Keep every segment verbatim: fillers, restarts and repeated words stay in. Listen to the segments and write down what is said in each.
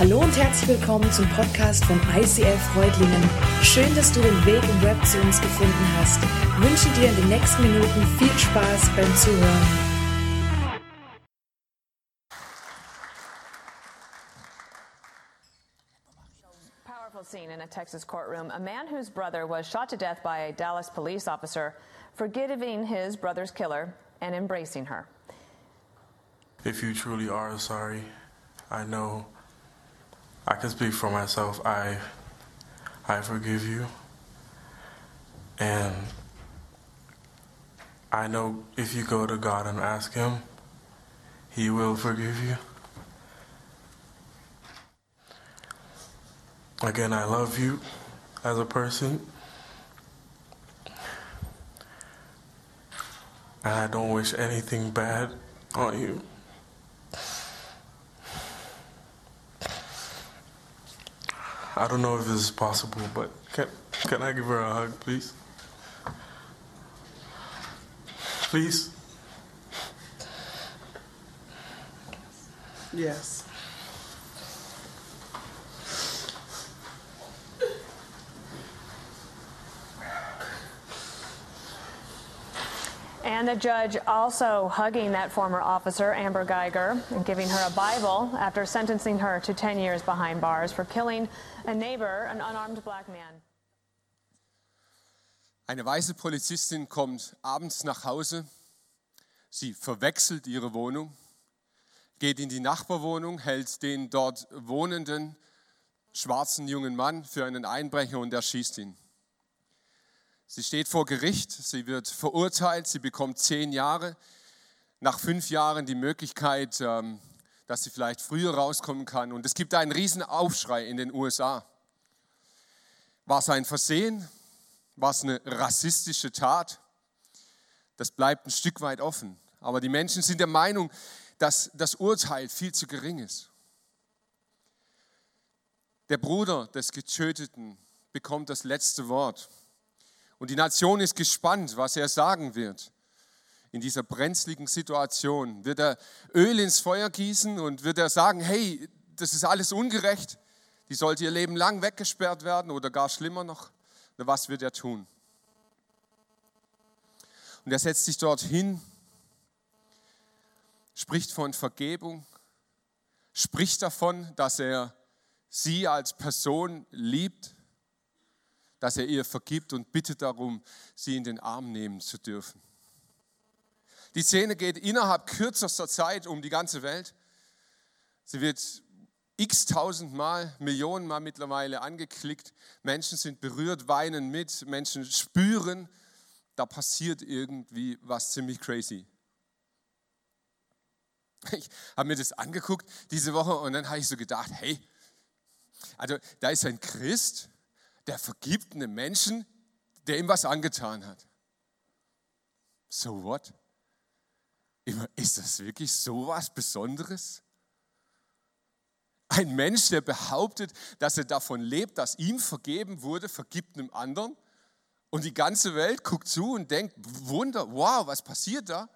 Hallo und herzlich willkommen zum Podcast von I C L Freudlingen. Schön, dass du den Weg im Web zu uns gefunden hast. Ich wünsche dir in den nächsten Minuten viel Spaß beim Zuhören. Powerful scene in a Texas courtroom. A man whose brother was shot to death by a Dallas police officer forgiving his brother's killer and embracing her. If you truly are sorry, I know I can speak for myself. I I forgive you. And I know if you go to God and ask Him, He will forgive you. Again, I love you as a person. And I don't wish anything bad on you. I don't know if this is possible, but can can I give her a hug, please? Please? Yes. And the judge also hugging that former officer, Amber Geiger, and giving her a Bible after sentencing her to ten years behind bars for killing a neighbor, an unarmed black man. Eine weiße Polizistin kommt abends nach Hause. Sie verwechselt ihre Wohnung, geht in die Nachbarwohnung, hält den dort wohnenden schwarzen jungen Mann für einen Einbrecher und erschießt ihn. Sie steht vor Gericht, sie wird verurteilt, sie bekommt zehn Jahre. Nach fünf Jahren die Möglichkeit, dass sie vielleicht früher rauskommen kann. Und es gibt einen riesen Aufschrei in den U S A. War es ein Versehen? War es eine rassistische Tat? Das bleibt ein Stück weit offen. Aber die Menschen sind der Meinung, dass das Urteil viel zu gering ist. Der Bruder des Getöteten bekommt das letzte Wort. Und die Nation ist gespannt, was er sagen wird. In dieser brenzligen Situation wird er Öl ins Feuer gießen und wird er sagen, hey, das ist alles ungerecht, die sollte ihr Leben lang weggesperrt werden oder gar schlimmer noch. Oder was wird er tun? Und er setzt sich dort hin, spricht von Vergebung, spricht davon, dass er sie als Person liebt, dass er ihr vergibt und bittet darum, sie in den Arm nehmen zu dürfen. Die Szene geht innerhalb kürzester Zeit um die ganze Welt. Sie wird x-tausend Mal, Millionen Mal mittlerweile angeklickt. Menschen sind berührt, weinen mit, Menschen spüren, da passiert irgendwie was ziemlich crazy. Ich habe mir das angeguckt diese Woche und dann habe ich so gedacht, hey, also da ist ein Christ, der vergibt einem Menschen, der ihm was angetan hat. So what? Ist das wirklich so was Besonderes? Ein Mensch, der behauptet, dass er davon lebt, dass ihm vergeben wurde, vergibt einem anderen und die ganze Welt guckt zu und denkt, Wunder, wow, was passiert da?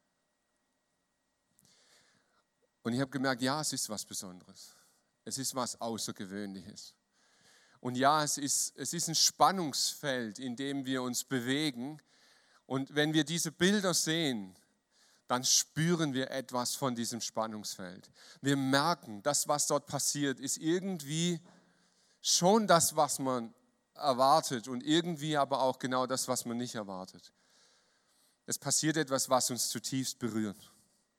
Und ich habe gemerkt, ja, es ist was Besonderes. Es ist was Außergewöhnliches. Und ja, es ist, es ist ein Spannungsfeld, in dem wir uns bewegen. Und wenn wir diese Bilder sehen, dann spüren wir etwas von diesem Spannungsfeld. Wir merken, das, was dort passiert, ist irgendwie schon das, was man erwartet und irgendwie aber auch genau das, was man nicht erwartet. Es passiert etwas, was uns zutiefst berührt.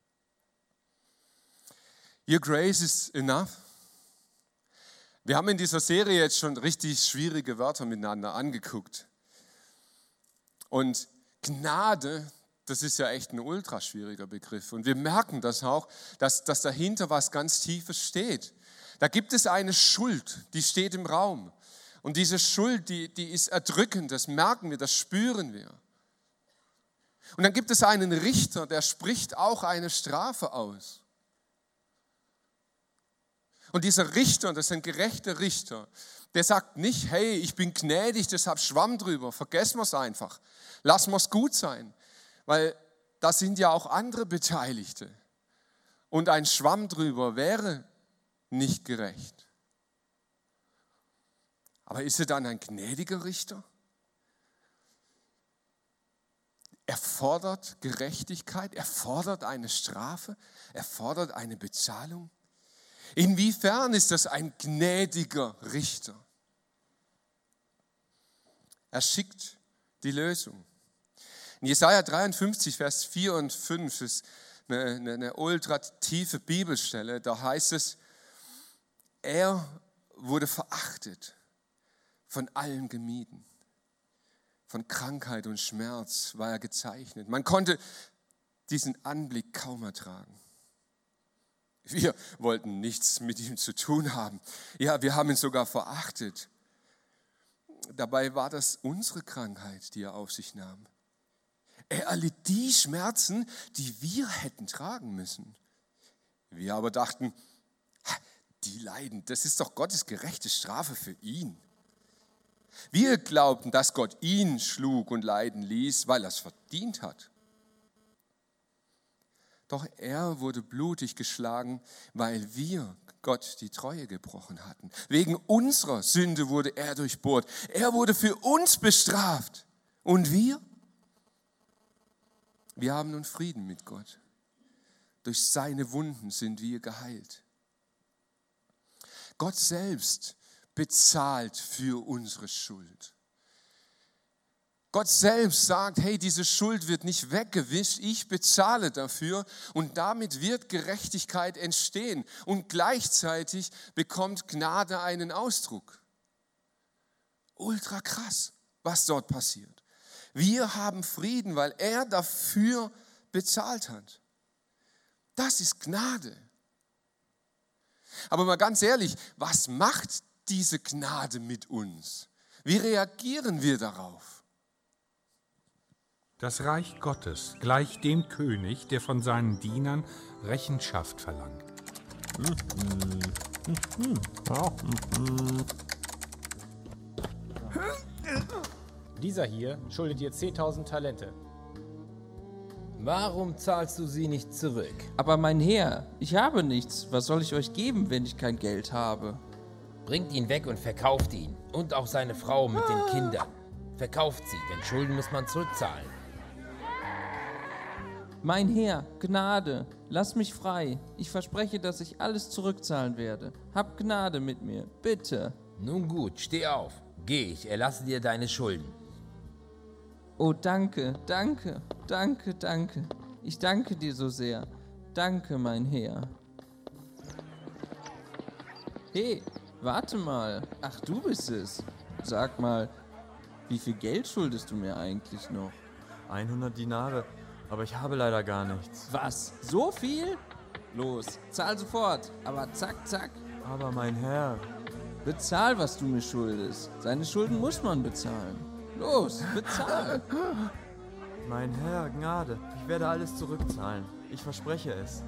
Your grace is enough. Wir haben in dieser Serie jetzt schon richtig schwierige Wörter miteinander angeguckt. Und Gnade, das ist ja echt ein ultra schwieriger Begriff. Und wir merken das auch, dass, dass dahinter was ganz Tiefes steht. Da gibt es eine Schuld, die steht im Raum. Und diese Schuld, die, die ist erdrückend, das merken wir, das spüren wir. Und dann gibt es einen Richter, der spricht auch eine Strafe aus. Und dieser Richter, das ist ein gerechter Richter, der sagt nicht, hey, ich bin gnädig, deshalb Schwamm drüber, vergessen wir es einfach, lassen wir es gut sein, weil da sind ja auch andere Beteiligte. Und ein Schwamm drüber wäre nicht gerecht. Aber ist er dann ein gnädiger Richter? Er fordert Gerechtigkeit, er fordert eine Strafe, er fordert eine Bezahlung. Inwiefern ist das ein gnädiger Richter? Er schickt die Lösung. In Jesaja dreiundfünfzig, Vers vier und fünf ist eine, eine, eine ultra tiefe Bibelstelle. Da heißt es, er wurde verachtet, von allen gemieden. Von Krankheit und Schmerz war er gezeichnet. Man konnte diesen Anblick kaum ertragen. Wir wollten nichts mit ihm zu tun haben. Ja, wir haben ihn sogar verachtet. Dabei war das unsere Krankheit, die er auf sich nahm. Er erlitt die Schmerzen, die wir hätten tragen müssen. Wir aber dachten, die leiden, das ist doch Gottes gerechte Strafe für ihn. Wir glaubten, dass Gott ihn schlug und leiden ließ, weil er es verdient hat. Doch er wurde blutig geschlagen, weil wir Gott die Treue gebrochen hatten. Wegen unserer Sünde wurde er durchbohrt. Er wurde für uns bestraft. Und wir? Wir haben nun Frieden mit Gott. Durch seine Wunden sind wir geheilt. Gott selbst bezahlt für unsere Schuld. Gott selbst sagt, hey, diese Schuld wird nicht weggewischt, ich bezahle dafür und damit wird Gerechtigkeit entstehen und gleichzeitig bekommt Gnade einen Ausdruck. Ultra krass, was dort passiert. Wir haben Frieden, weil er dafür bezahlt hat. Das ist Gnade. Aber mal ganz ehrlich, was macht diese Gnade mit uns? Wie reagieren wir darauf? Das Reich Gottes gleicht dem König, der von seinen Dienern Rechenschaft verlangt. Dieser hier schuldet dir zehntausend Talente. Warum zahlst du sie nicht zurück? Aber mein Herr, ich habe nichts. Was soll ich euch geben, wenn ich kein Geld habe? Bringt ihn weg und verkauft ihn. Und auch seine Frau mit den Kindern. Verkauft sie, denn Schulden muss man zurückzahlen. Mein Herr, Gnade, lass mich frei. Ich verspreche, dass ich alles zurückzahlen werde. Hab Gnade mit mir, bitte. Nun gut, steh auf. Geh, ich erlasse dir deine Schulden. Oh, danke, danke, danke, danke. Ich danke dir so sehr. Danke, mein Herr. Hey, warte mal. Ach, du bist es. Sag mal, wie viel Geld schuldest du mir eigentlich noch? hundert Dinare, aber ich habe leider gar nichts. Was? So viel? Los, zahl sofort, aber zack, zack. Aber mein Herr... Bezahl, was du mir schuldest. Seine Schulden muss man bezahlen. Los, bezahl. Mein Herr, Gnade, ich werde alles zurückzahlen. Ich verspreche es.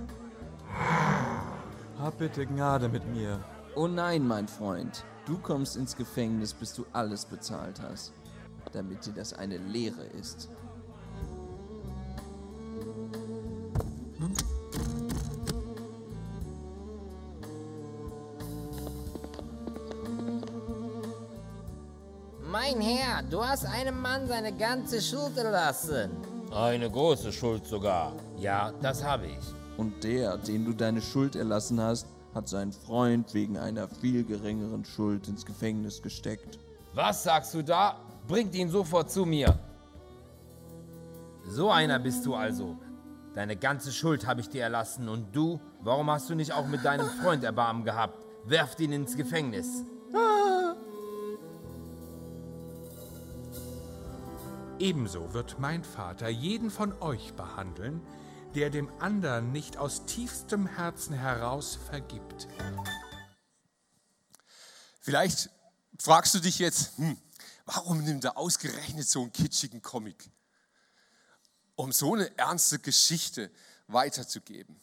Hab bitte Gnade mit mir. Oh nein, mein Freund. Du kommst ins Gefängnis, bis du alles bezahlt hast. Damit dir das eine Lehre ist. Hm? Mein Herr, du hast einem Mann seine ganze Schuld erlassen. Eine große Schuld sogar. Ja, das habe ich. Und der, dem du deine Schuld erlassen hast, hat seinen Freund wegen einer viel geringeren Schuld ins Gefängnis gesteckt. Was sagst du da? Bringt ihn sofort zu mir. So einer bist du also. Deine ganze Schuld habe ich dir erlassen. Und du, warum hast du nicht auch mit deinem Freund Erbarmen gehabt? Werft ihn ins Gefängnis. Ebenso wird mein Vater jeden von euch behandeln, der dem anderen nicht aus tiefstem Herzen heraus vergibt. Vielleicht fragst du dich jetzt, hm, warum nimmt er ausgerechnet so einen kitschigen Comic, um so eine ernste Geschichte weiterzugeben?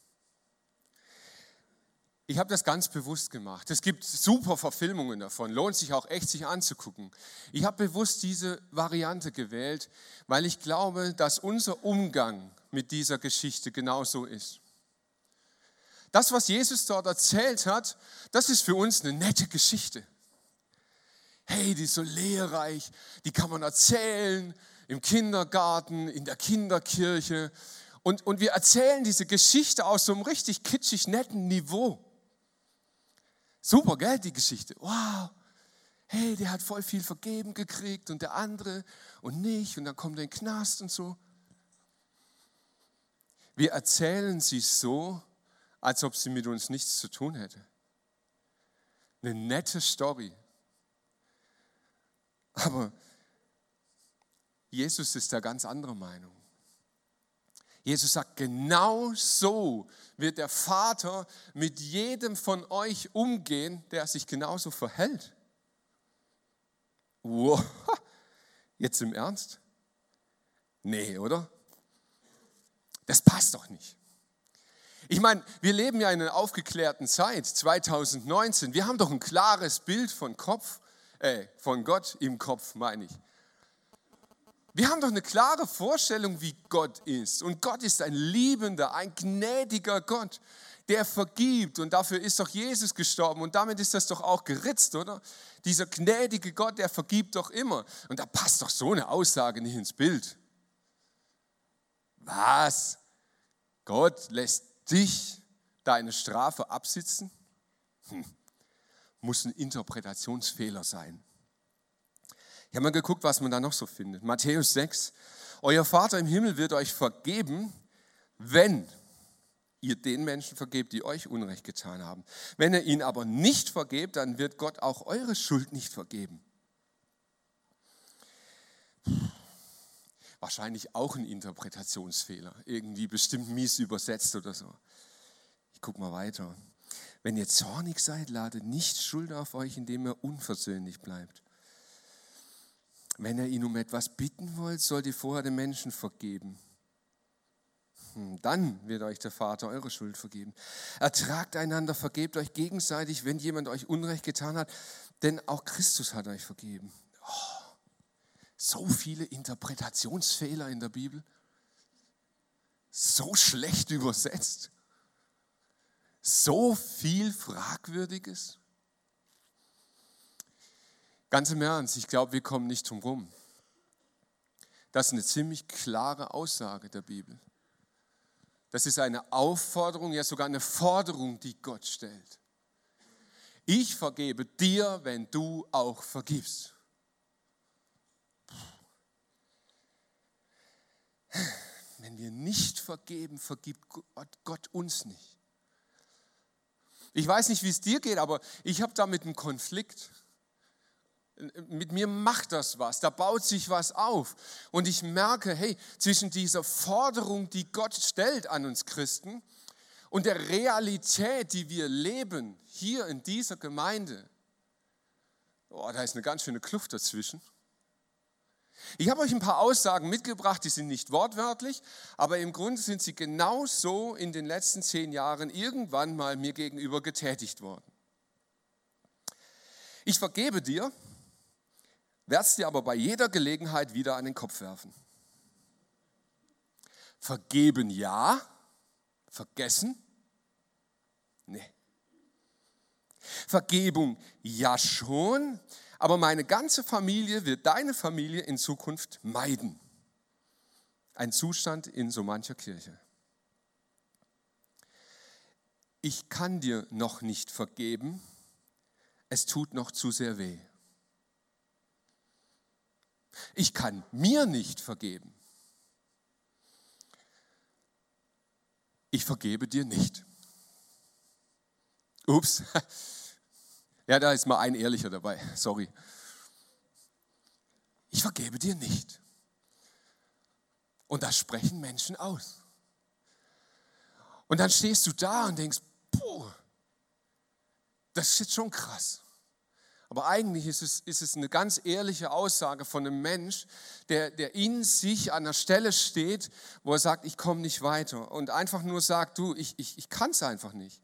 Ich habe das ganz bewusst gemacht. Es gibt super Verfilmungen davon, lohnt sich auch echt, sich anzugucken. Ich habe bewusst diese Variante gewählt, weil ich glaube, dass unser Umgang mit dieser Geschichte genauso ist. Das, was Jesus dort erzählt hat, das ist für uns eine nette Geschichte. Hey, die ist so lehrreich, die kann man erzählen im Kindergarten, in der Kinderkirche. Und, und wir erzählen diese Geschichte aus so einem richtig kitschig netten Niveau. Super, gell, die Geschichte. Wow, hey, der hat voll viel vergeben gekriegt und der andere und nicht. Und dann kommt er in den Knast und so. Wir erzählen sie so, als ob sie mit uns nichts zu tun hätte. Eine nette Story. Aber Jesus ist da ganz anderer Meinung. Jesus sagt, genau so wird der Vater mit jedem von euch umgehen, der sich genauso verhält. Wow, jetzt im Ernst? Nee, oder? Das passt doch nicht. Ich meine, wir leben ja in einer aufgeklärten Zeit, zwanzig neunzehn. Wir haben doch ein klares Bild von Kopf, äh, von Gott im Kopf, meine ich. Wir haben doch eine klare Vorstellung, wie Gott ist. Und Gott ist ein liebender, ein gnädiger Gott, der vergibt. Und dafür ist doch Jesus gestorben. Und damit ist das doch auch geritzt, oder? Dieser gnädige Gott, der vergibt doch immer. Und da passt doch so eine Aussage nicht ins Bild. Was? Gott lässt dich deine Strafe absitzen? Hm. Muss ein Interpretationsfehler sein. Ich habe mal geguckt, was man da noch so findet. Matthäus sechs. Euer Vater im Himmel wird euch vergeben, wenn ihr den Menschen vergebt, die euch Unrecht getan haben. Wenn ihr ihn aber nicht vergebt, dann wird Gott auch eure Schuld nicht vergeben. Wahrscheinlich auch ein Interpretationsfehler. Irgendwie bestimmt mies übersetzt oder so. Ich gucke mal weiter. Wenn ihr zornig seid, ladet nicht Schuld auf euch, indem ihr unversöhnlich bleibt. Wenn ihr ihn um etwas bitten wollt, sollt ihr vorher den Menschen vergeben. Dann wird euch der Vater eure Schuld vergeben. Ertragt einander, vergebt euch gegenseitig, wenn jemand euch Unrecht getan hat, denn auch Christus hat euch vergeben. Oh, so viele Interpretationsfehler in der Bibel. So schlecht übersetzt. So viel Fragwürdiges. Ganz im Ernst, ich glaube, wir kommen nicht drum rum. Das ist eine ziemlich klare Aussage der Bibel. Das ist eine Aufforderung, ja sogar eine Forderung, die Gott stellt. Ich vergebe dir, wenn du auch vergibst. Wenn wir nicht vergeben, vergibt Gott uns nicht. Ich weiß nicht, wie es dir geht, aber ich habe damit einen Konflikt. Mit mir macht das was, da baut sich was auf. Und ich merke, hey, zwischen dieser Forderung, die Gott stellt an uns Christen und der Realität, die wir leben, hier in dieser Gemeinde, oh, da ist eine ganz schöne Kluft dazwischen. Ich habe euch ein paar Aussagen mitgebracht, die sind nicht wortwörtlich, aber im Grunde sind sie genauso in den letzten zehn Jahren irgendwann mal mir gegenüber getätigt worden. Ich vergebe dir, werde es dir aber bei jeder Gelegenheit wieder an den Kopf werfen. Vergeben ja, vergessen? Nee. Vergebung ja schon, aber meine ganze Familie wird deine Familie in Zukunft meiden. Ein Zustand in so mancher Kirche. Ich kann dir noch nicht vergeben, es tut noch zu sehr weh. Ich kann mir nicht vergeben. Ich vergebe dir nicht. Ups. Ja, da ist mal ein Ehrlicher dabei. Sorry. Ich vergebe dir nicht. Und das sprechen Menschen aus. Und dann stehst du da und denkst, puh, das ist jetzt schon krass. Aber eigentlich ist es, ist es eine ganz ehrliche Aussage von einem Mensch, der, der in sich an der Stelle steht, wo er sagt, ich komme nicht weiter. Und einfach nur sagt, du, ich, ich, ich kann es einfach nicht.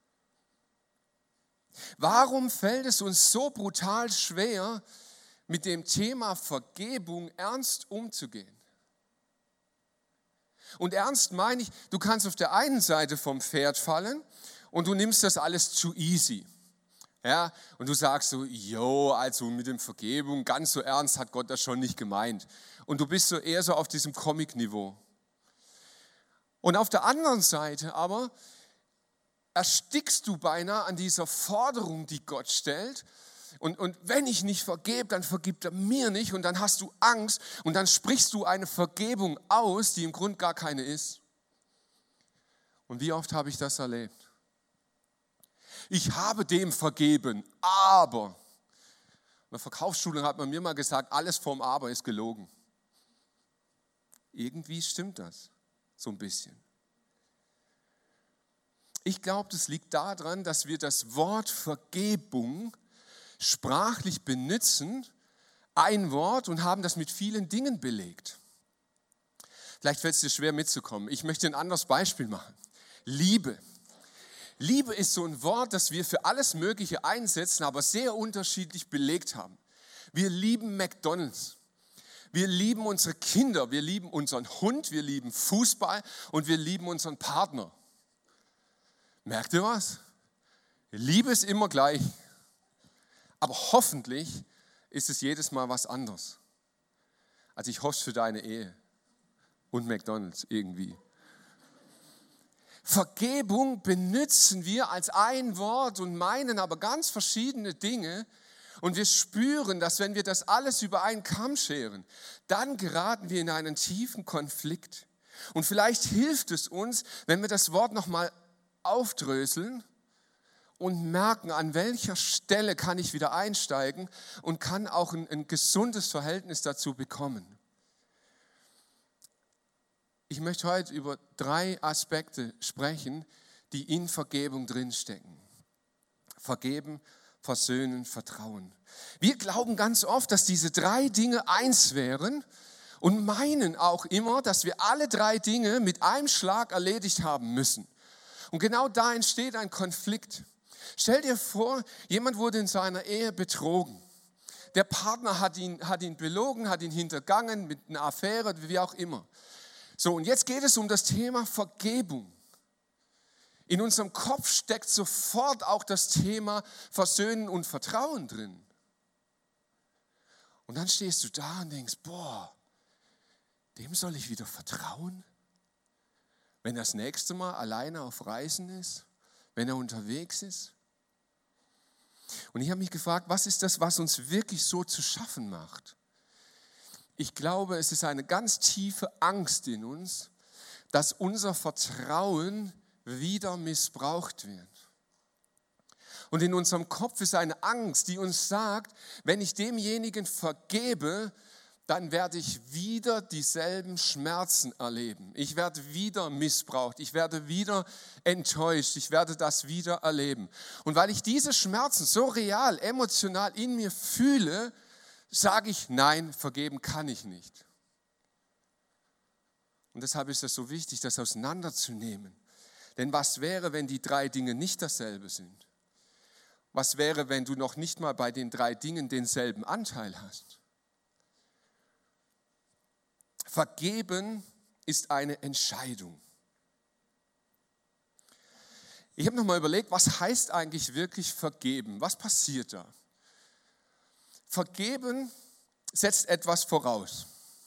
Warum fällt es uns so brutal schwer, mit dem Thema Vergebung ernst umzugehen? Und ernst meine ich, du kannst auf der einen Seite vom Pferd fallen und du nimmst das alles zu easy. Ja, und du sagst so, jo, also mit dem Vergebung, ganz so ernst hat Gott das schon nicht gemeint. Und du bist so eher so auf diesem Comic-Niveau. Und auf der anderen Seite aber erstickst du beinahe an dieser Forderung, die Gott stellt. Und, und wenn ich nicht vergebe, dann vergibt er mir nicht. Und dann hast du Angst und dann sprichst du eine Vergebung aus, die im Grunde gar keine ist. Und wie oft habe ich das erlebt? Ich habe dem vergeben, aber. In der Verkaufsschule hat man mir mal gesagt, alles vorm Aber ist gelogen. Irgendwie stimmt das so ein bisschen. Ich glaube, das liegt daran, dass wir das Wort Vergebung sprachlich benutzen, ein Wort, und haben das mit vielen Dingen belegt. Vielleicht fällt es dir schwer mitzukommen. Ich möchte ein anderes Beispiel machen. Liebe. Liebe ist so ein Wort, das wir für alles Mögliche einsetzen, aber sehr unterschiedlich belegt haben. Wir lieben McDonald's. Wir lieben unsere Kinder, wir lieben unseren Hund, wir lieben Fußball und wir lieben unseren Partner. Merkt ihr was? Liebe ist immer gleich, aber hoffentlich ist es jedes Mal was anderes. Also ich hoffe für deine Ehe und McDonald's irgendwie. Vergebung benutzen wir als ein Wort und meinen aber ganz verschiedene Dinge. Und wir spüren, dass wenn wir das alles über einen Kamm scheren, dann geraten wir in einen tiefen Konflikt. Und vielleicht hilft es uns, wenn wir das Wort nochmal aufdröseln und merken, an welcher Stelle kann ich wieder einsteigen und kann auch ein, ein gesundes Verhältnis dazu bekommen. Ich möchte heute über drei Aspekte sprechen, die in Vergebung drinstecken. Vergeben, versöhnen, vertrauen. Wir glauben ganz oft, dass diese drei Dinge eins wären und meinen auch immer, dass wir alle drei Dinge mit einem Schlag erledigt haben müssen. Und genau da entsteht ein Konflikt. Stell dir vor, jemand wurde in seiner Ehe betrogen. Der Partner hat ihn, hat ihn belogen, hat ihn hintergangen mit einer Affäre, wie auch immer. So, und jetzt geht es um das Thema Vergebung. In unserem Kopf steckt sofort auch das Thema Versöhnen und Vertrauen drin. Und dann stehst du da und denkst, boah, dem soll ich wieder vertrauen? Wenn er das nächste Mal alleine auf Reisen ist, wenn er unterwegs ist? Und ich habe mich gefragt, was ist das, was uns wirklich so zu schaffen macht? Ich glaube, es ist eine ganz tiefe Angst in uns, dass unser Vertrauen wieder missbraucht wird. Und in unserem Kopf ist eine Angst, die uns sagt, wenn ich demjenigen vergebe, dann werde ich wieder dieselben Schmerzen erleben. Ich werde wieder missbraucht, ich werde wieder enttäuscht, ich werde das wieder erleben. Und weil ich diese Schmerzen so real, emotional in mir fühle, sage ich, nein, vergeben kann ich nicht. Und deshalb ist es so wichtig, das auseinanderzunehmen. Denn was wäre, wenn die drei Dinge nicht dasselbe sind? Was wäre, wenn du noch nicht mal bei den drei Dingen denselben Anteil hast? Vergeben ist eine Entscheidung. Ich habe nochmal überlegt, was heißt eigentlich wirklich vergeben? Was passiert da? Vergeben setzt etwas voraus.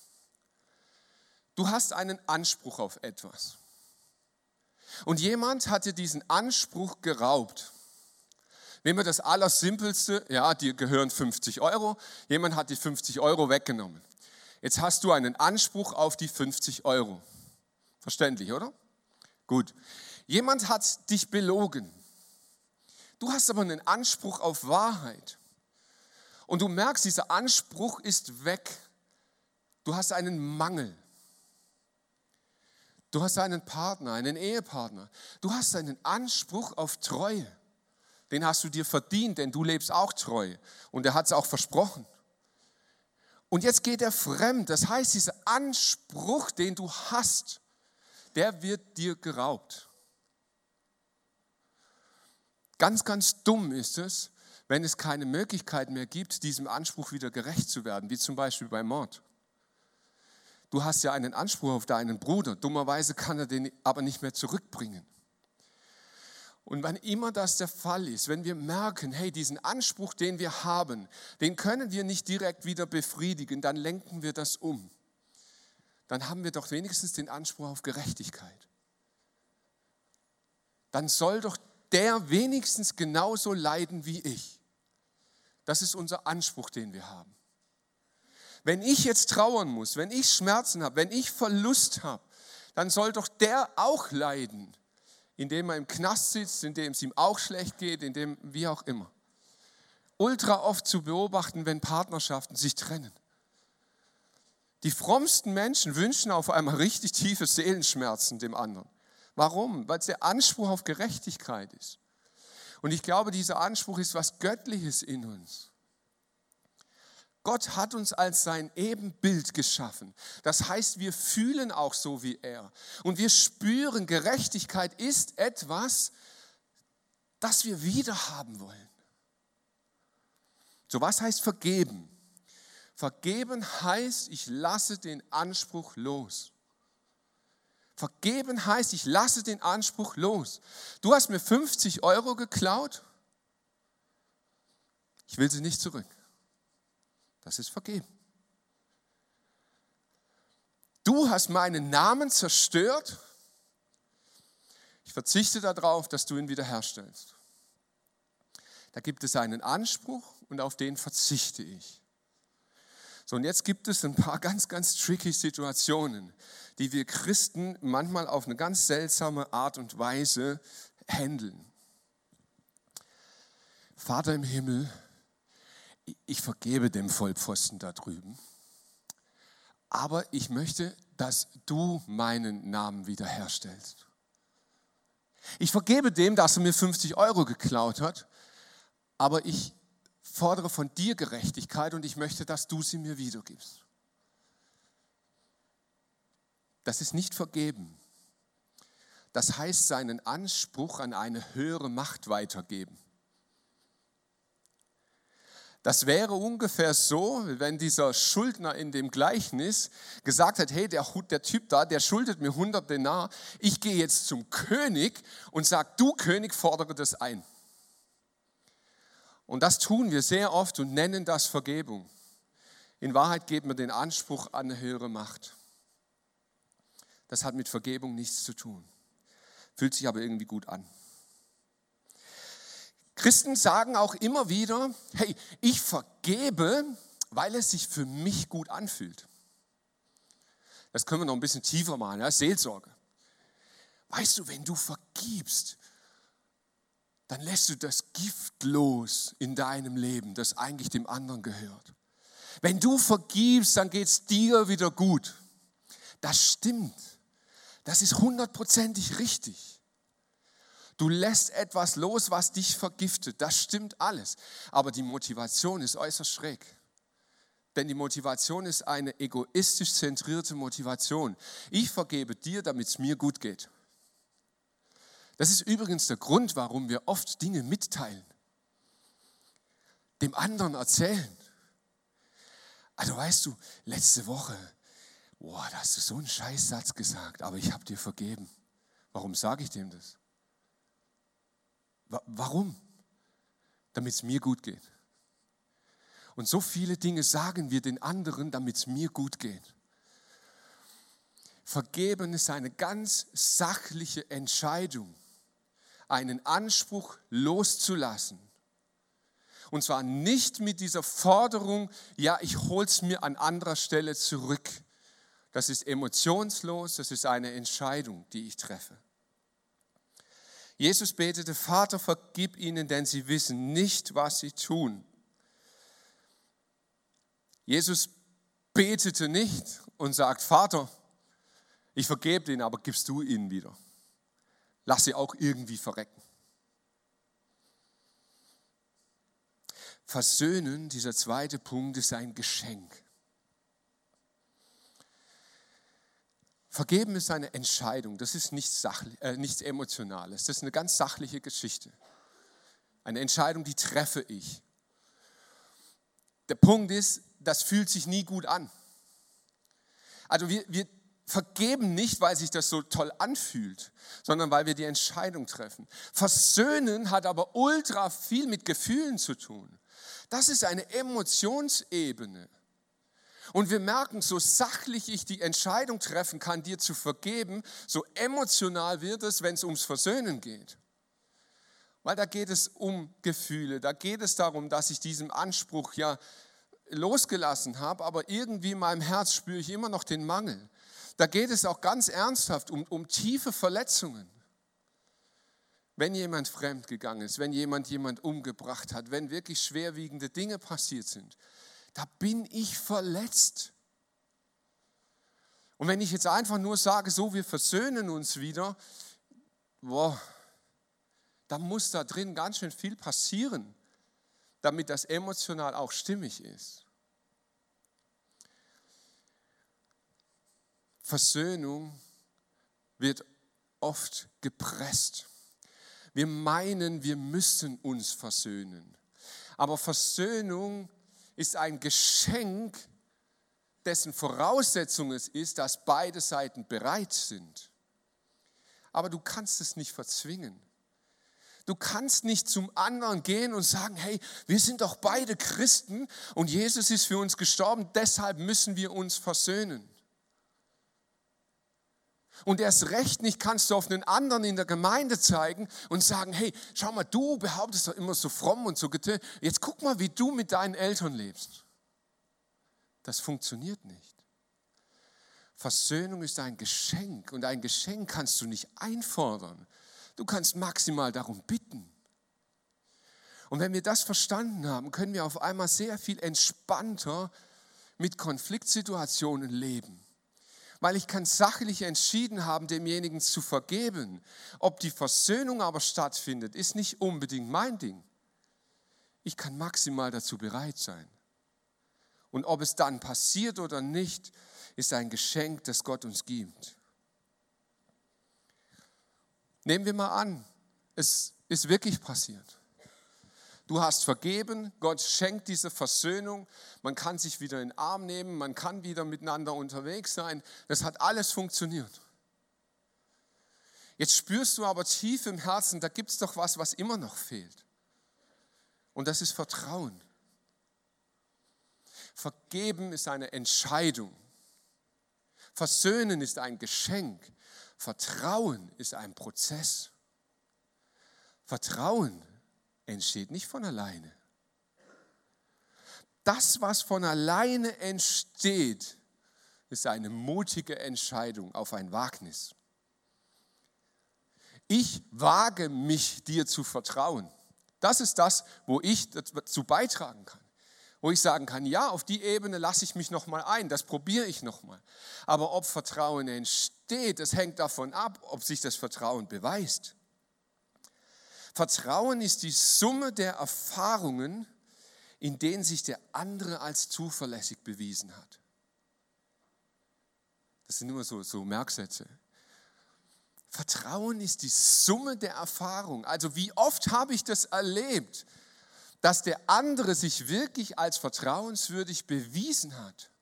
Du hast einen Anspruch auf etwas. Und jemand hat dir diesen Anspruch geraubt. Nehmen wir das Allersimpelste, ja, dir gehören fünfzig Euro. Jemand hat die fünfzig Euro weggenommen. Jetzt hast du einen Anspruch auf die fünfzig Euro. Verständlich, oder? Gut. Jemand hat dich belogen. Du hast aber einen Anspruch auf Wahrheit. Und du merkst, dieser Anspruch ist weg. Du hast einen Mangel. Du hast einen Partner, einen Ehepartner. Du hast einen Anspruch auf Treue. Den hast du dir verdient, denn du lebst auch treu. Und er hat es auch versprochen. Und jetzt geht er fremd. Das heißt, dieser Anspruch, den du hast, der wird dir geraubt. Ganz, ganz dumm ist es, wenn es keine Möglichkeit mehr gibt, diesem Anspruch wieder gerecht zu werden, wie zum Beispiel beim Mord. Du hast ja einen Anspruch auf deinen Bruder, dummerweise kann er den aber nicht mehr zurückbringen. Und wann immer das der Fall ist, wenn wir merken, hey, diesen Anspruch, den wir haben, den können wir nicht direkt wieder befriedigen, dann lenken wir das um. Dann haben wir doch wenigstens den Anspruch auf Gerechtigkeit. Dann soll doch der wenigstens genauso leiden wie ich. Das ist unser Anspruch, den wir haben. Wenn ich jetzt trauern muss, wenn ich Schmerzen habe, wenn ich Verlust habe, dann soll doch der auch leiden, indem er im Knast sitzt, indem es ihm auch schlecht geht, indem wie auch immer. Ultra oft zu beobachten, wenn Partnerschaften sich trennen. Die frommsten Menschen wünschen auf einmal richtig tiefe Seelenschmerzen dem anderen. Warum? Weil es der Anspruch auf Gerechtigkeit ist. Und ich glaube, dieser Anspruch ist was Göttliches in uns. Gott hat uns als sein Ebenbild geschaffen. Das heißt, wir fühlen auch so wie er. Und wir spüren, Gerechtigkeit ist etwas, das wir wiederhaben wollen. So, was heißt vergeben? Vergeben heißt, ich lasse den Anspruch los. Vergeben heißt, ich lasse den Anspruch los. Du hast mir fünfzig Euro geklaut. Ich will sie nicht zurück. Das ist vergeben. Du hast meinen Namen zerstört. Ich verzichte darauf, dass du ihn wiederherstellst. Da gibt es einen Anspruch und auf den verzichte ich. So, und jetzt gibt es ein paar ganz, ganz tricky Situationen, die wir Christen manchmal auf eine ganz seltsame Art und Weise handeln. Vater im Himmel, ich vergebe dem Vollpfosten da drüben, aber ich möchte, dass du meinen Namen wiederherstellst. Ich vergebe dem, dass er mir fünfzig Euro geklaut hat, aber ich fordere von dir Gerechtigkeit und ich möchte, dass du sie mir wiedergibst. Das ist nicht vergeben. Das heißt, seinen Anspruch an eine höhere Macht weitergeben. Das wäre ungefähr so, wenn dieser Schuldner in dem Gleichnis gesagt hat, hey, der, der Typ da, der schuldet mir hundert Denar, ich gehe jetzt zum König und sage, du König, fordere das ein. Und das tun wir sehr oft und nennen das Vergebung. In Wahrheit geben wir den Anspruch an eine höhere Macht. Das hat mit Vergebung nichts zu tun, fühlt sich aber irgendwie gut an. Christen sagen auch immer wieder, hey, ich vergebe, weil es sich für mich gut anfühlt. Das können wir noch ein bisschen tiefer machen, ja? Seelsorge. Weißt du, wenn du vergibst, dann lässt du das Gift los in deinem Leben, das eigentlich dem anderen gehört. Wenn du vergibst, dann geht es dir wieder gut. Das stimmt. Das ist hundertprozentig richtig. Du lässt etwas los, was dich vergiftet. Das stimmt alles. Aber die Motivation ist äußerst schräg. Denn die Motivation ist eine egoistisch zentrierte Motivation. Ich vergebe dir, damit es mir gut geht. Das ist übrigens der Grund, warum wir oft Dinge mitteilen. Dem anderen erzählen. Also weißt du, letzte Woche, boah, da hast du so einen Scheißsatz gesagt, aber ich habe dir vergeben. Warum sage ich dem das? Warum? Damit es mir gut geht. Und so viele Dinge sagen wir den anderen, damit es mir gut geht. Vergeben ist eine ganz sachliche Entscheidung, einen Anspruch loszulassen. Und zwar nicht mit dieser Forderung, ja, ich hole es mir an anderer Stelle zurück. Das ist emotionslos, das ist eine Entscheidung, die ich treffe. Jesus betete, Vater, vergib ihnen, denn sie wissen nicht, was sie tun. Jesus betete nicht und sagt, Vater, ich vergebe ihnen, aber gibst du ihnen wieder. Lass sie auch irgendwie verrecken. Versöhnen, dieser zweite Punkt, ist ein Geschenk. Vergeben ist eine Entscheidung, das ist nichts, sachlich, äh, nichts Emotionales, das ist eine ganz sachliche Geschichte. Eine Entscheidung, die treffe ich. Der Punkt ist, das fühlt sich nie gut an. Also wir, wir vergeben nicht, weil sich das so toll anfühlt, sondern weil wir die Entscheidung treffen. Versöhnen hat aber ultra viel mit Gefühlen zu tun. Das ist eine Emotionsebene. Und wir merken, so sachlich ich die Entscheidung treffen kann, dir zu vergeben, so emotional wird es, wenn es ums Versöhnen geht. Weil da geht es um Gefühle, da geht es darum, dass ich diesem Anspruch ja losgelassen habe, aber irgendwie in meinem Herz spüre ich immer noch den Mangel. Da geht es auch ganz ernsthaft um, um tiefe Verletzungen. Wenn jemand fremdgegangen ist, wenn jemand jemand umgebracht hat, wenn wirklich schwerwiegende Dinge passiert sind, da bin ich verletzt. Und wenn ich jetzt einfach nur sage, so, wir versöhnen uns wieder, boah, dann muss da drin ganz schön viel passieren, damit das emotional auch stimmig ist. Versöhnung wird oft gepresst. Wir meinen, wir müssen uns versöhnen. Aber Versöhnung ist ein Geschenk, dessen Voraussetzung es ist, dass beide Seiten bereit sind. Aber du kannst es nicht verzwingen. Du kannst nicht zum anderen gehen und sagen, hey, wir sind doch beide Christen und Jesus ist für uns gestorben, deshalb müssen wir uns versöhnen. Und erst recht nicht kannst du auf einen anderen in der Gemeinde zeigen und sagen, hey, schau mal, du behauptest doch immer so fromm und so getönt. Jetzt guck mal, wie du mit deinen Eltern lebst. Das funktioniert nicht. Versöhnung ist ein Geschenk und ein Geschenk kannst du nicht einfordern. Du kannst maximal darum bitten. Und wenn wir das verstanden haben, können wir auf einmal sehr viel entspannter mit Konfliktsituationen leben. Weil ich kann sachlich entschieden haben, demjenigen zu vergeben. Ob die Versöhnung aber stattfindet, ist nicht unbedingt mein Ding. Ich kann maximal dazu bereit sein. Und ob es dann passiert oder nicht, ist ein Geschenk, das Gott uns gibt. Nehmen wir mal an, es ist wirklich passiert. Du hast vergeben, Gott schenkt diese Versöhnung, man kann sich wieder in den Arm nehmen, man kann wieder miteinander unterwegs sein. Das hat alles funktioniert. Jetzt spürst du aber tief im Herzen, da gibt es doch was, was immer noch fehlt. Und das ist Vertrauen. Vergeben ist eine Entscheidung. Versöhnen ist ein Geschenk. Vertrauen ist ein Prozess. Vertrauen entsteht nicht von alleine. Das, was von alleine entsteht, ist eine mutige Entscheidung auf ein Wagnis. Ich wage mich, dir zu vertrauen. Das ist das, wo ich dazu beitragen kann. Wo ich sagen kann, ja, auf die Ebene lasse ich mich nochmal ein, das probiere ich nochmal. Aber ob Vertrauen entsteht, das hängt davon ab, ob sich das Vertrauen beweist. Vertrauen ist die Summe der Erfahrungen, in denen sich der andere als zuverlässig bewiesen hat. Das sind immer so, so Merksätze. Vertrauen ist die Summe der Erfahrungen. Also wie oft habe ich das erlebt, dass der andere sich wirklich als vertrauenswürdig bewiesen hat.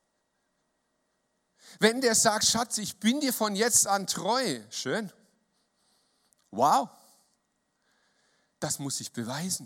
Wenn der sagt, Schatz, ich bin dir von jetzt an treu, schön. Wow, das muss ich beweisen.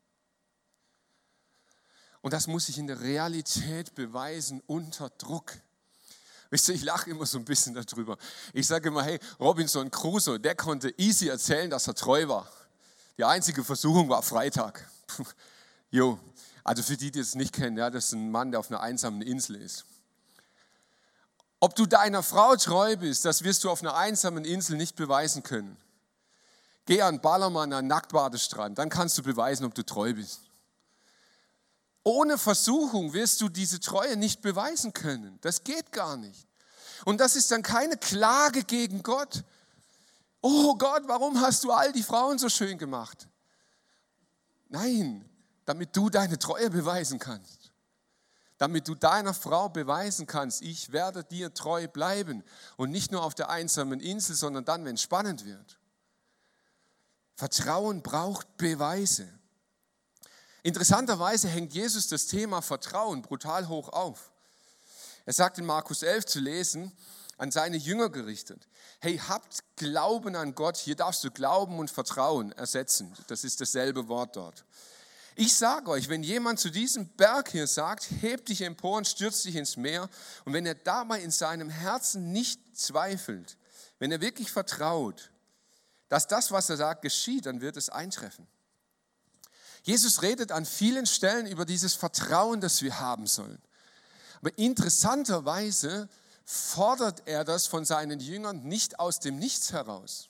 Und das muss ich in der Realität beweisen unter Druck. Wisst ihr, ich lache immer so ein bisschen darüber. Ich sage immer, hey, Robinson Crusoe, der konnte easy erzählen, dass er treu war. Die einzige Versuchung war Freitag. Jo, also für die, die es nicht kennen, ja, das ist ein Mann, der auf einer einsamen Insel ist. Ob du deiner Frau treu bist, das wirst du auf einer einsamen Insel nicht beweisen können. Geh an Ballermann, an Nacktbadestrand, dann kannst du beweisen, ob du treu bist. Ohne Versuchung wirst du diese Treue nicht beweisen können. Das geht gar nicht. Und das ist dann keine Klage gegen Gott. Oh Gott, warum hast du all die Frauen so schön gemacht? Nein, damit du deine Treue beweisen kannst. Damit du deiner Frau beweisen kannst, ich werde dir treu bleiben. Und nicht nur auf der einsamen Insel, sondern dann, wenn es spannend wird. Vertrauen braucht Beweise. Interessanterweise hängt Jesus das Thema Vertrauen brutal hoch auf. Er sagt in Markus elf zu lesen, an seine Jünger gerichtet. Hey, habt Glauben an Gott. Hier darfst du Glauben und Vertrauen ersetzen. Das ist dasselbe Wort dort. Ich sage euch, wenn jemand zu diesem Berg hier sagt, heb dich empor und stürz dich ins Meer, und wenn er dabei in seinem Herzen nicht zweifelt, wenn er wirklich vertraut, dass das, was er sagt, geschieht, dann wird es eintreffen. Jesus redet an vielen Stellen über dieses Vertrauen, das wir haben sollen. Aber interessanterweise fordert er das von seinen Jüngern nicht aus dem Nichts heraus.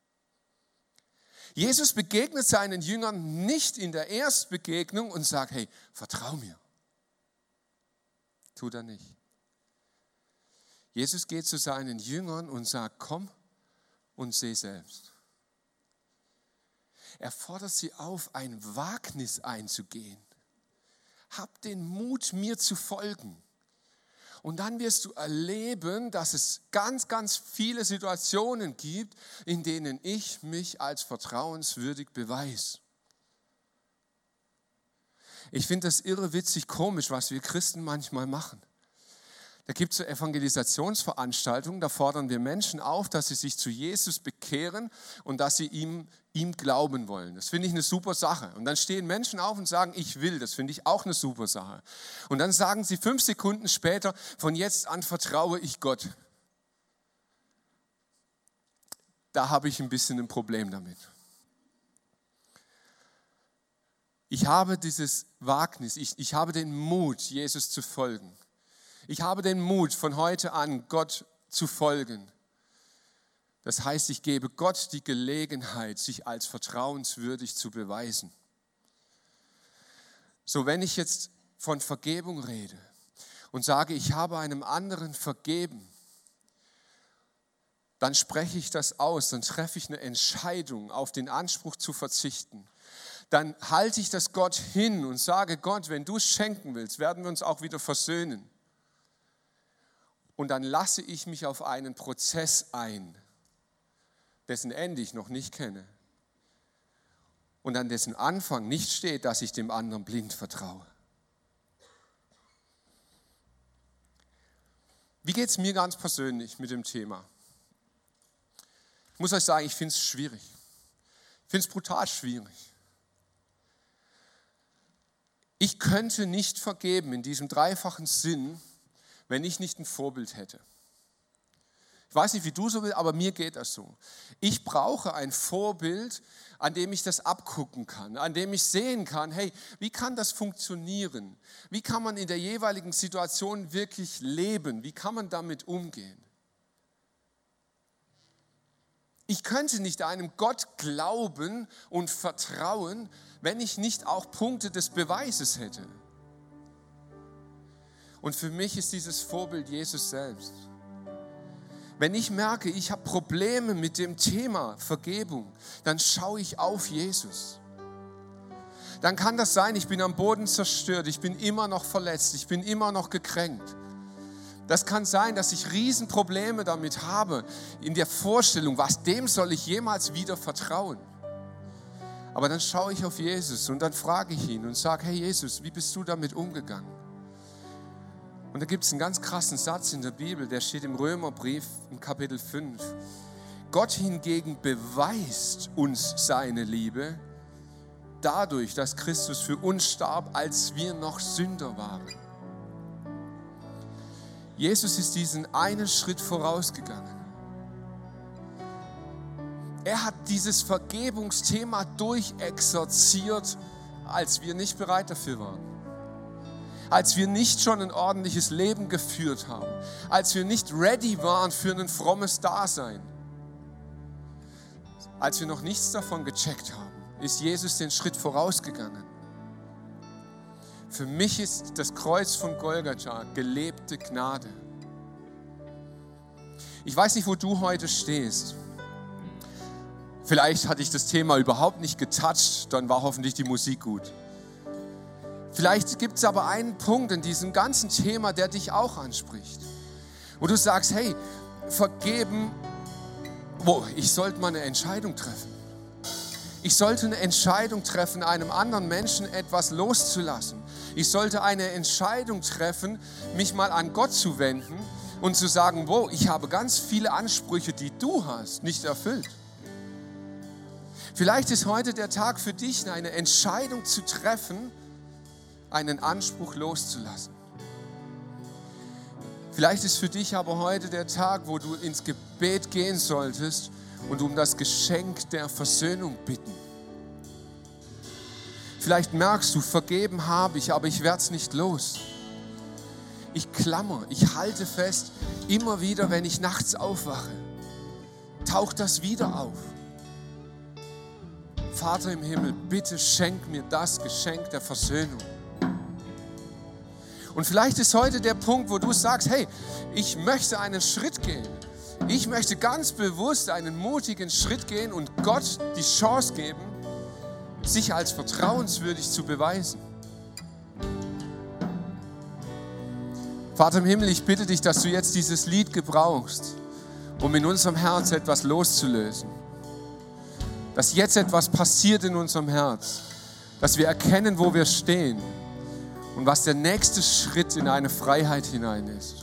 Jesus begegnet seinen Jüngern nicht in der Erstbegegnung und sagt, hey, vertrau mir. Tut er nicht. Jesus geht zu seinen Jüngern und sagt, komm und seh selbst. Er fordert sie auf, ein Wagnis einzugehen. Hab den Mut, mir zu folgen. Und dann wirst du erleben, dass es ganz, ganz viele Situationen gibt, in denen ich mich als vertrauenswürdig beweise. Ich finde das irre witzig komisch, was wir Christen manchmal machen. Da gibt es so Evangelisationsveranstaltungen, da fordern wir Menschen auf, dass sie sich zu Jesus bekehren und dass sie ihm, ihm glauben wollen. Das finde ich eine super Sache. Und dann stehen Menschen auf und sagen, ich will. Das finde ich auch eine super Sache. Und dann sagen sie fünf Sekunden später, von jetzt an vertraue ich Gott. Da habe ich ein bisschen ein Problem damit. Ich habe dieses Wagnis, ich, ich habe den Mut, Jesus zu folgen. Ich habe den Mut, von heute an Gott zu folgen. Das heißt, ich gebe Gott die Gelegenheit, sich als vertrauenswürdig zu beweisen. So, wenn ich jetzt von Vergebung rede und sage, ich habe einem anderen vergeben, dann spreche ich das aus, dann treffe ich eine Entscheidung, auf den Anspruch zu verzichten. Dann halte ich das Gott hin und sage, Gott, wenn du es schenken willst, werden wir uns auch wieder versöhnen. Und dann lasse ich mich auf einen Prozess ein, dessen Ende ich noch nicht kenne. Und an dessen Anfang nicht steht, dass ich dem anderen blind vertraue. Wie geht es mir ganz persönlich mit dem Thema? Ich muss euch sagen, ich finde es schwierig. Ich finde es brutal schwierig. Ich könnte nicht vergeben in diesem dreifachen Sinn, wenn ich nicht ein Vorbild hätte. Ich weiß nicht, wie du so willst, aber mir geht das so. Ich brauche ein Vorbild, an dem ich das abgucken kann, an dem ich sehen kann, hey, wie kann das funktionieren? Wie kann man in der jeweiligen Situation wirklich leben? Wie kann man damit umgehen? Ich könnte nicht einem Gott glauben und vertrauen, wenn ich nicht auch Punkte des Beweises hätte. Und für mich ist dieses Vorbild Jesus selbst. Wenn ich merke, ich habe Probleme mit dem Thema Vergebung, dann schaue ich auf Jesus. Dann kann das sein, ich bin am Boden zerstört, ich bin immer noch verletzt, ich bin immer noch gekränkt. Das kann sein, dass ich Riesenprobleme damit habe, in der Vorstellung, was dem soll ich jemals wieder vertrauen. Aber dann schaue ich auf Jesus und dann frage ich ihn und sage, hey Jesus, wie bist du damit umgegangen? Und da gibt es einen ganz krassen Satz in der Bibel, der steht im Römerbrief im Kapitel fünf. Gott hingegen beweist uns seine Liebe dadurch, dass Christus für uns starb, als wir noch Sünder waren. Jesus ist diesen einen Schritt vorausgegangen. Er hat dieses Vergebungsthema durchexerziert, als wir nicht bereit dafür waren. Als wir nicht schon ein ordentliches Leben geführt haben. Als wir nicht ready waren für ein frommes Dasein. Als wir noch nichts davon gecheckt haben, ist Jesus den Schritt vorausgegangen. Für mich ist das Kreuz von Golgatha gelebte Gnade. Ich weiß nicht, wo du heute stehst. Vielleicht hatte ich das Thema überhaupt nicht getoucht, dann war hoffentlich die Musik gut. Vielleicht gibt es aber einen Punkt in diesem ganzen Thema, der dich auch anspricht. Wo du sagst, hey, vergeben, wo, ich sollte mal eine Entscheidung treffen. Ich sollte eine Entscheidung treffen, einem anderen Menschen etwas loszulassen. Ich sollte eine Entscheidung treffen, mich mal an Gott zu wenden und zu sagen, wow, ich habe ganz viele Ansprüche, die du hast, nicht erfüllt. Vielleicht ist heute der Tag für dich, eine Entscheidung zu treffen, einen Anspruch loszulassen. Vielleicht ist für dich aber heute der Tag, wo du ins Gebet gehen solltest und um das Geschenk der Versöhnung bitten. Vielleicht merkst du, vergeben habe ich, aber ich werde es nicht los. Ich klammer, ich halte fest, immer wieder, wenn ich nachts aufwache, taucht das wieder auf. Vater im Himmel, bitte schenk mir das Geschenk der Versöhnung. Und vielleicht ist heute der Punkt, wo du sagst, hey, ich möchte einen Schritt gehen. Ich möchte ganz bewusst einen mutigen Schritt gehen und Gott die Chance geben, sich als vertrauenswürdig zu beweisen. Vater im Himmel, ich bitte dich, dass du jetzt dieses Lied gebrauchst, um in unserem Herz etwas loszulösen. Dass jetzt etwas passiert in unserem Herz, dass wir erkennen, wo wir stehen und was der nächste Schritt in eine Freiheit hinein ist.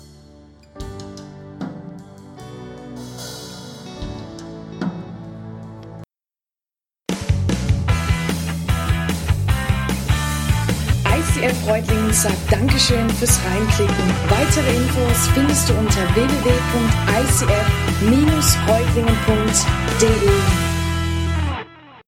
I C F Reutlingen sagt Dankeschön fürs Reinklicken. Weitere Infos findest du unter w w w punkt i c f Bindestrich reutlingen punkt d e.